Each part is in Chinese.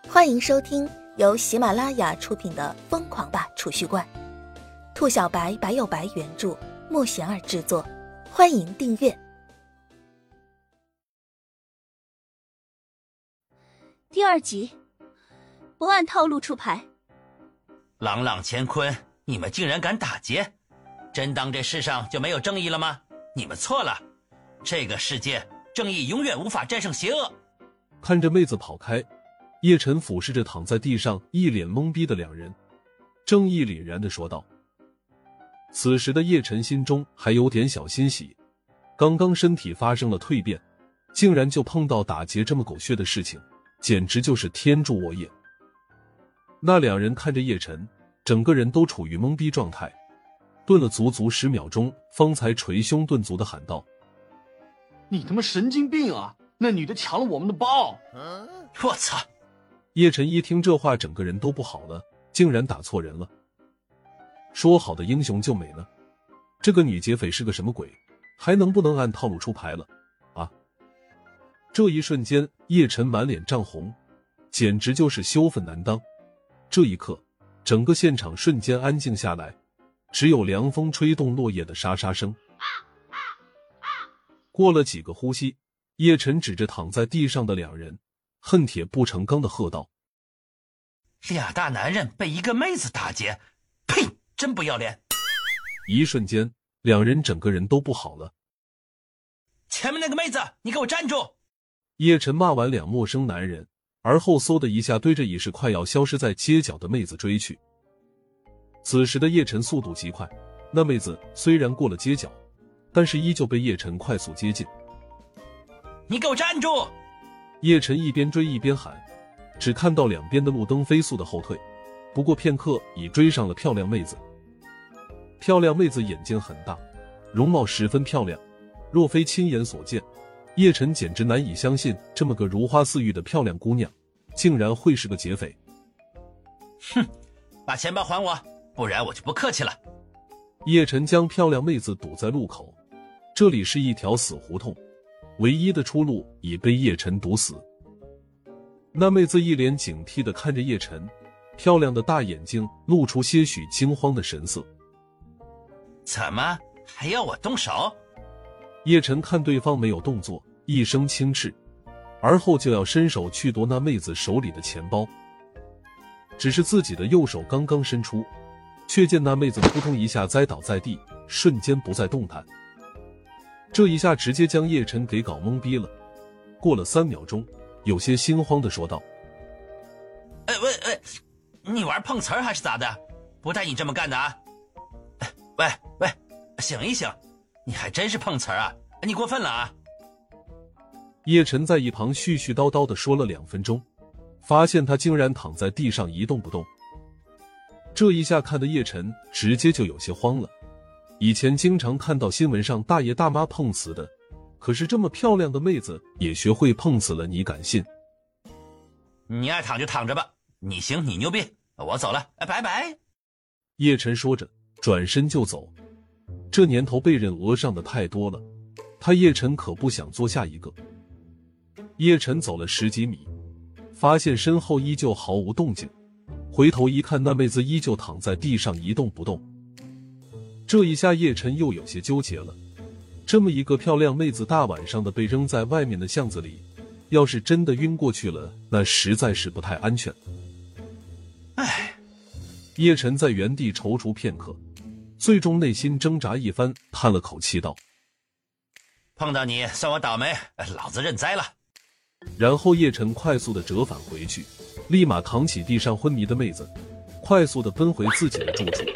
欢迎收听由喜马拉雅出品的《疯狂吧储蓄罐》，兔小白白有白原著，莫贤儿制作。欢迎订阅。 第2集，不按套路出牌。 朗朗乾坤，你们竟然敢打劫，真当这世上就没有正义了吗？你们错了，这个世界正义永远无法战胜邪恶。 看着妹子跑开，叶晨俯视着躺在地上一脸懵逼的两人，正义凛然地说道。此时的叶晨心中还有点小欣喜，刚刚身体发生了蜕变，竟然就碰到打劫这么狗血的事情，简直就是天助我也。那两人看着叶晨，整个人都处于懵逼状态，顿了足足10秒钟，方才捶胸顿足地喊道： 你他妈神经病啊！那女的抢了我们的包！ 我操！ 叶晨一听这话，整个人都不好了，竟然打错人了。说好的英雄救美呢？这个女劫匪是个什么鬼？还能不能按套路出牌了啊？这一瞬间，叶晨满脸涨红，简直就是羞愤难当。这一刻，整个现场瞬间安静下来，只有凉风吹动落叶的沙沙声。过了几个呼吸，叶晨指着躺在地上的两人，恨铁不成钢的喝道： 俩大男人被一个妹子打劫，呸，真不要脸！ 一瞬间，两人整个人都不好了。 前面那个妹子，你给我站住！ 叶晨骂完两陌生男人，而后嗖的一下对着已是快要消失在街角的妹子追去。此时的叶晨速度极快，那妹子虽然过了街角，但是依旧被叶晨快速接近。 你给我站住！ 叶晨一边追一边喊，只看到两边的路灯飞速的后退，不过片刻已追上了漂亮妹子。漂亮妹子眼睛很大，容貌十分漂亮，若非亲眼所见，叶晨简直难以相信这么个如花似玉的漂亮姑娘竟然会是个劫匪。 哼，把钱包还我，不然我就不客气了。 叶晨将漂亮妹子堵在路口，这里是一条死胡同，唯一的出路已被叶晨堵死。那妹子一脸警惕地看着叶晨，漂亮的大眼睛露出些许惊慌的神色。 怎么还要我动手？ 叶晨看对方没有动作，一声轻斥，而后就要伸手去夺那妹子手里的钱包。只是自己的右手刚刚伸出，却见那妹子扑通一下栽倒在地，瞬间不再动弹。这一下直接将叶晨给搞懵逼了，过了3秒钟，有些心慌地说道： 喂，你玩碰瓷儿还是咋的？不带你这么干的啊！喂，醒一醒，你还真是碰瓷儿啊！你过分了啊！ 叶晨在一旁絮絮叨叨地说了2分钟，发现他竟然躺在地上一动不动。这一下看得叶晨直接就有些慌了。以前经常看到新闻上大爷大妈碰瓷的，可是这么漂亮的妹子也学会碰瓷了，你敢信？ 你爱躺就躺着吧，你行你牛逼，我走了，拜拜。 叶晨说着转身就走。这年头被人讹上的太多了，他叶晨可不想做下一个。叶晨走了10几米，发现身后依旧毫无动静，回头一看，那妹子依旧躺在地上一动不动。这一下叶晨又有些纠结了，这么一个漂亮妹子大晚上的被扔在外面的巷子里，要是真的晕过去了，那实在是不太安全。叶晨在原地踌躇片刻，最终内心挣扎一番，叹了口气道： 碰到你算我倒霉，老子认栽了。 然后叶晨快速的折返回去，立马扛起地上昏迷的妹子，快速的奔回自己的住处。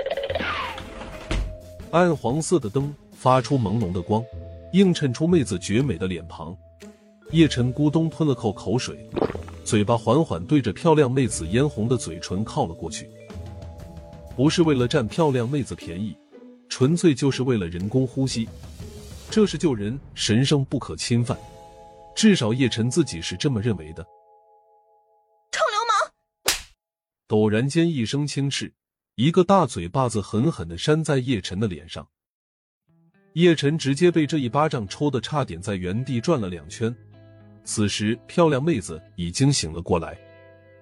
暗黄色的灯发出朦胧的光，映衬出妹子绝美的脸庞。叶晨咕咚吞了口水，嘴巴缓缓对着漂亮妹子嫣红的嘴唇靠了过去。不是为了占漂亮妹子便宜，纯粹就是为了人工呼吸。这是救人，神圣不可侵犯，至少叶晨自己是这么认为的。 臭流氓！ 陡然间一声轻斥，一个大嘴巴子狠狠地扇在叶晨的脸上。叶晨直接被这一巴掌抽得差点在原地转了2圈。此时漂亮妹子已经醒了过来，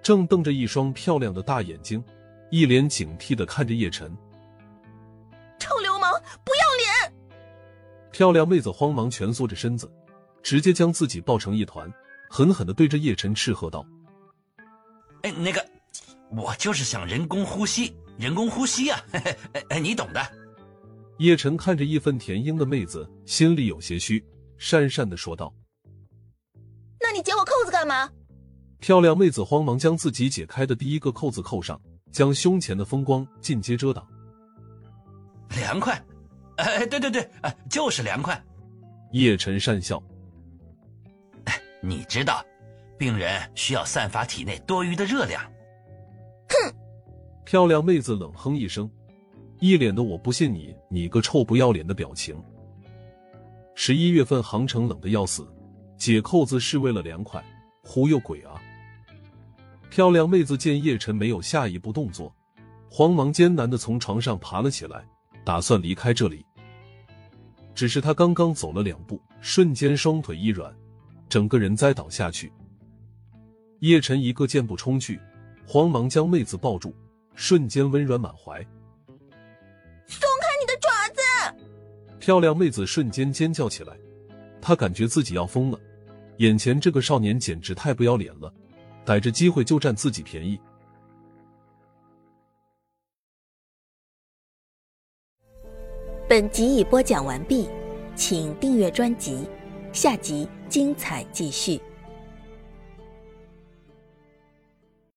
正瞪着一双漂亮的大眼睛，一脸警惕地看着叶晨。 臭流氓，不要脸！ 漂亮妹子慌忙蜷缩着身子，直接将自己抱成一团，狠狠地对着叶晨斥喝道： 那个，我就是想人工呼吸啊，你懂的。 叶晨看着义愤填膺的妹子，心里有些虚，讪讪地说道： 那你解我扣子干嘛？ 漂亮妹子慌忙将自己解开的第一个扣子扣上，将胸前的风光尽皆遮挡。 凉快，对，就是凉快。 叶晨讪笑： 你知道，病人需要散发体内多余的热量。 哼！ 漂亮妹子冷哼一声，一脸的我不信你个臭不要脸的表情。11月份杭城冷得要死，解扣子是为了凉快，忽悠鬼啊！漂亮妹子见叶晨没有下一步动作，慌忙艰难地从床上爬了起来，打算离开这里。只是她刚刚走了2步，瞬间双腿一软，整个人栽倒下去。叶晨一个箭步冲去，慌忙将妹子抱住，瞬间温软满怀。 松开你的爪子！ 漂亮妹子瞬间尖叫起来，她感觉自己要疯了，眼前这个少年简直太不要脸了，逮着机会就占自己便宜。 本集已播讲完毕，请订阅专辑，下集精彩继续。